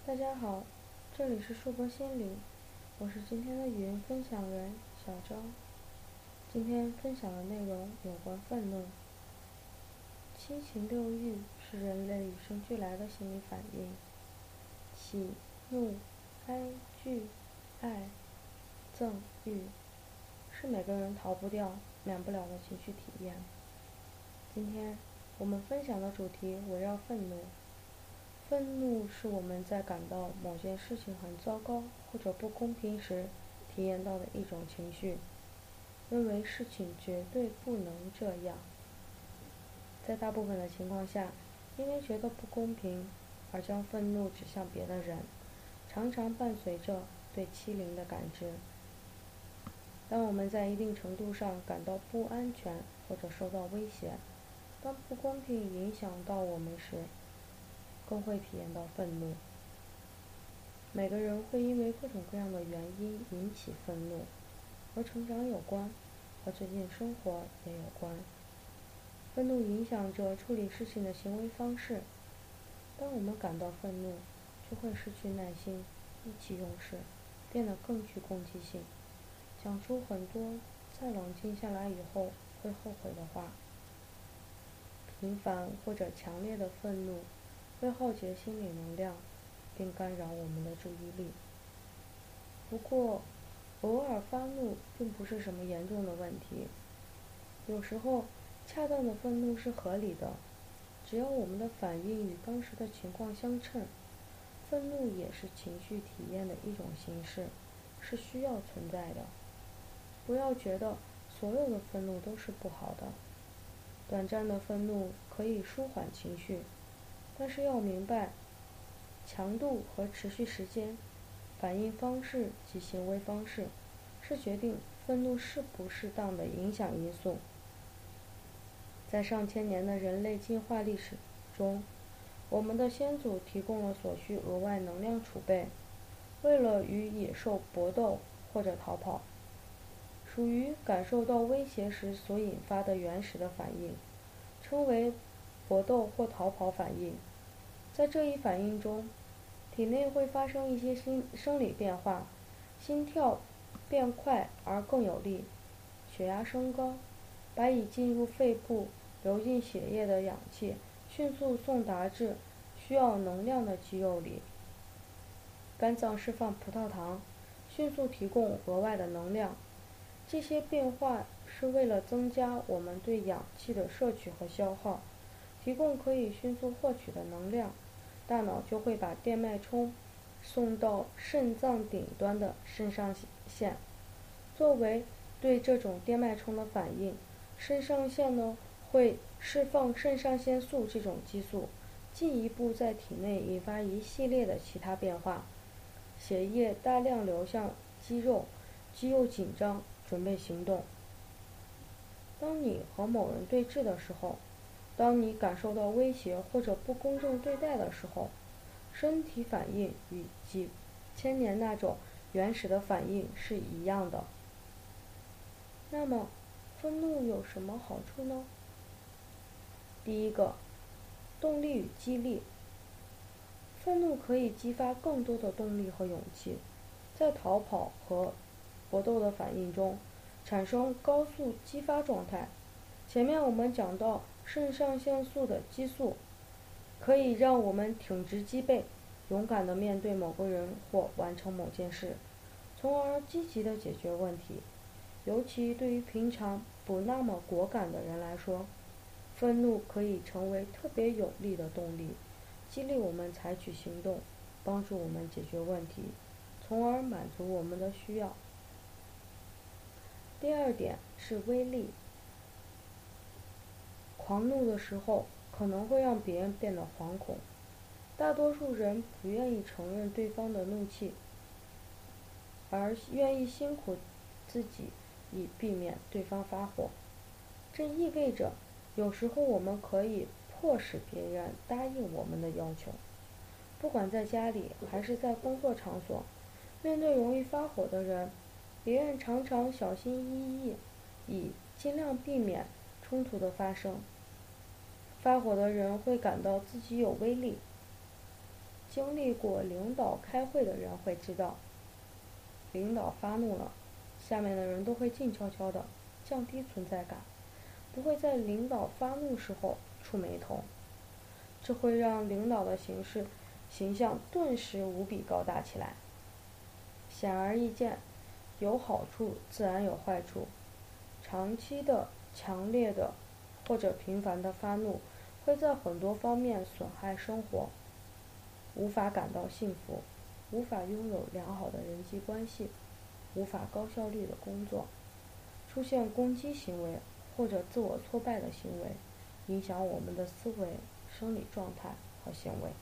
大家好，这里是硕博心理，我是今天的语音分享人小昭。今天分享的内容有关愤怒。七情六欲是人类与生俱来的心理反应，喜、怒、哀、惧、爱、憎、欲，是每个人逃不掉、免不了的情绪体验。今天我们分享的主题围绕愤怒。愤怒是我们在感到某件事情很糟糕或者不公平时体验到的一种情绪，认为事情绝对不能这样。在大部分的情况下，因为觉得不公平而将愤怒指向别的人，常常伴随着对欺凌的感知。当我们在一定程度上感到不安全或者受到威胁，当不公平影响到我们时，更会体验到愤怒。每个人会因为各种各样的原因引起愤怒，和成长有关，和最近生活也有关。愤怒影响着处理事情的行为方式。当我们感到愤怒，就会失去耐心，意气用事，变得更具攻击性，讲出很多在冷静下来以后会后悔的话。频繁或者强烈的愤怒会耗竭心理能量，并干扰我们的注意力。不过，偶尔发怒并不是什么严重的问题。有时候，恰当的愤怒是合理的，只要我们的反应与当时的情况相称。愤怒也是情绪体验的一种形式，是需要存在的。不要觉得所有的愤怒都是不好的。短暂的愤怒可以舒缓情绪，但是要明白，强度和持续时间、反应方式及行为方式，是决定愤怒适不适当的影响因素。在上千年的人类进化历史中，我们的先祖提供了所需额外能量储备，为了与野兽搏斗或者逃跑，属于感受到威胁时所引发的原始的反应，称为搏斗或逃跑反应。在这一反应中，体内会发生一些生理变化，心跳变快而更有力，血压升高，把已进入肺部流进血液的氧气迅速送达至需要能量的肌肉里。肝脏释放葡萄糖，迅速提供额外的能量。这些变化是为了增加我们对氧气的摄取和消耗，提供可以迅速获取的能量。大脑就会把电脉冲送到肾脏顶端的肾上腺。作为对这种电脉冲的反应，肾上腺会释放肾上腺素这种激素，进一步在体内引发一系列的其他变化。血液大量流向肌肉，肌肉紧张，准备行动。当你和某人对峙的时候，当你感受到威胁或者不公正对待的时候，身体反应与几千年那种原始的反应是一样的。那么，愤怒有什么好处呢？第一个，动力与激励。愤怒可以激发更多的动力和勇气，在逃跑和搏斗的反应中产生高速激发状态。前面我们讲到肾上腺素的激素，可以让我们挺直脊背，勇敢地面对某个人或完成某件事，从而积极地解决问题。尤其对于平常不那么果敢的人来说，愤怒可以成为特别有力的动力，激励我们采取行动，帮助我们解决问题，从而满足我们的需要。第二点是威力。狂怒的时候可能会让别人变得惶恐，大多数人不愿意承认对方的怒气，而愿意辛苦自己以避免对方发火。这意味着有时候我们可以迫使别人答应我们的要求。不管在家里还是在工作场所，面对容易发火的人，别人常常小心翼翼，以尽量避免冲突的发生。发火的人会感到自己有威力， 经历过领导开会的人会知道，领导发怒了，下面的人都会静悄悄的，降低存在感，不会在领导发怒时候触眉头，这会让领导的形象顿时无比高大起来。显而易见，有好处自然有坏处。长期的、强烈的或者频繁的发怒，会在很多方面损害生活，无法感到幸福，无法拥有良好的人际关系，无法高效率的工作，出现攻击行为或者自我挫败的行为，影响我们的思维、生理状态和行为。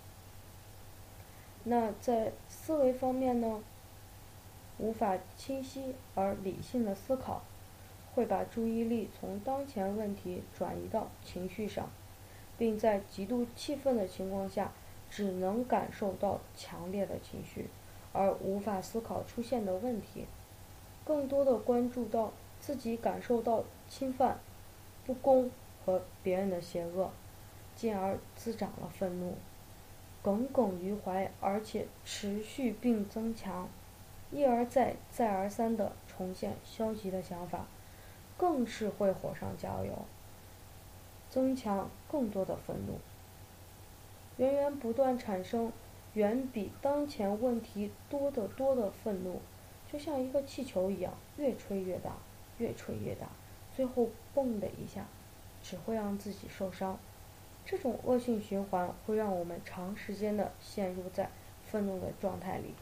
那在思维方面呢，无法清晰而理性的思考，会把注意力从当前问题转移到情绪上，并在极度气愤的情况下，只能感受到强烈的情绪，而无法思考出现的问题，更多的关注到自己感受到侵犯、不公和别人的邪恶，进而滋长了愤怒，耿耿于怀，而且持续并增强，一而再再而三地重现消极的想法，更是会火上加油，增强更多的愤怒，源源不断产生远比当前问题多得多的愤怒，就像一个气球一样，越吹越大，越吹越大，最后嘣的一下，只会让自己受伤。这种恶性循环会让我们长时间的陷入在愤怒的状态里。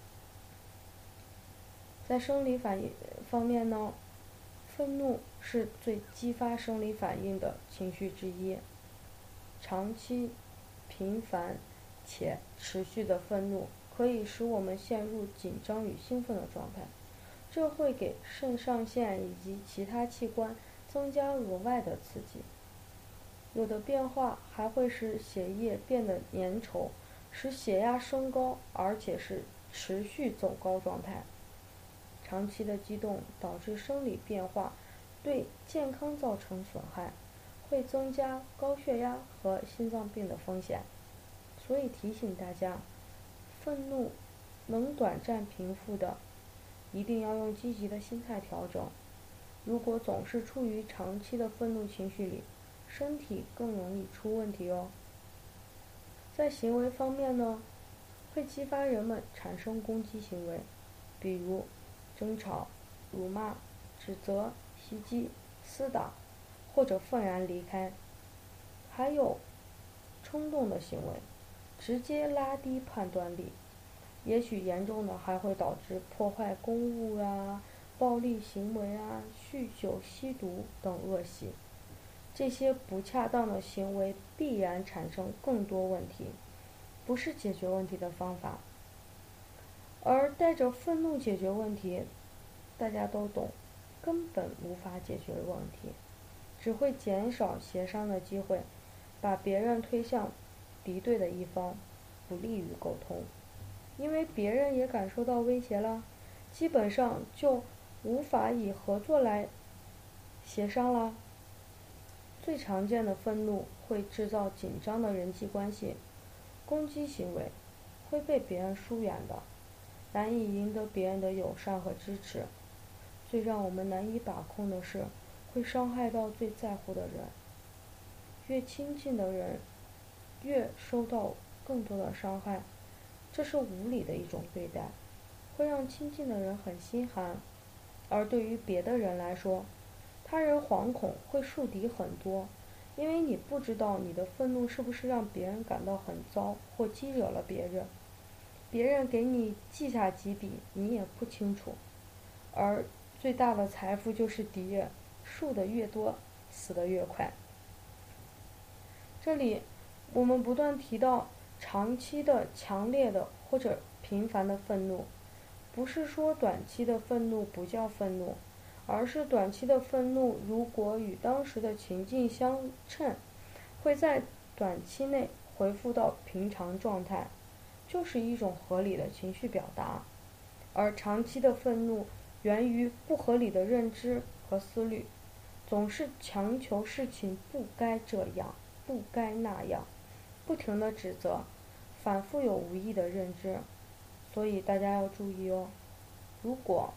在生理反应方面呢，愤怒是最激发生理反应的情绪之一。长期、频繁且持续的愤怒可以使我们陷入紧张与兴奋的状态，这会给肾上腺以及其他器官增加额外的刺激。有的变化还会使血液变得粘稠，使血压升高，而且是持续走高状态。长期的激动导致生理变化，对健康造成损害，会增加高血压和心脏病的风险。所以提醒大家，愤怒能短暂平复的，一定要用积极的心态调整。如果总是处于长期的愤怒情绪里，身体更容易出问题哦。在行为方面呢，会激发人们产生攻击行为，比如争吵、辱骂、指责、袭击、厮打，或者愤然离开。还有冲动的行为，直接拉低判断力，也许严重的还会导致破坏公物啊、暴力行为啊、酗酒、吸毒等恶习。这些不恰当的行为必然产生更多问题，不是解决问题的方法。而带着愤怒解决问题，大家都懂，根本无法解决问题，只会减少协商的机会，把别人推向敌对的一方，不利于沟通。因为别人也感受到威胁了，基本上就无法以合作来协商了。最常见的愤怒会制造紧张的人际关系，攻击行为会被别人疏远的，难以赢得别人的友善和支持。最让我们难以把控的是，会伤害到最在乎的人。越亲近的人，越受到更多的伤害，这是无理的一种对待，会让亲近的人很心寒。而对于别的人来说，他人惶恐会树敌很多，因为你不知道你的愤怒是不是让别人感到很糟，或激惹了别人。别人给你记下几笔，你也不清楚。而最大的财富就是敌人，树得越多，死得越快。这里我们不断提到长期的、强烈的或者频繁的愤怒，不是说短期的愤怒不叫愤怒，而是短期的愤怒如果与当时的情境相称，会在短期内恢复到平常状态，就是一种合理的情绪表达。而长期的愤怒源于不合理的认知和思虑，总是强求事情不该这样，不该那样，不停地指责， 反复有无意的认知，所以大家要注意哦。如果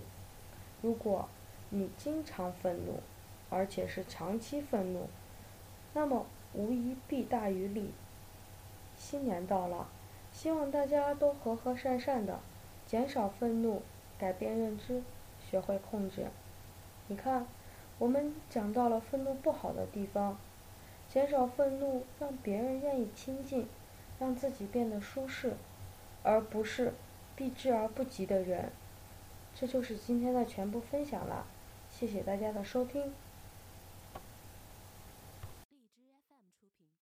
你经常愤怒，而且是长期愤怒，那么无疑弊大于利。新年到了，希望大家都和和善善的，减少愤怒，改变认知，学会控制。你看，我们讲到了愤怒不好的地方，减少愤怒，让别人愿意亲近，让自己变得舒适，而不是避之而不及的人。这就是今天的全部分享了，谢谢大家的收听。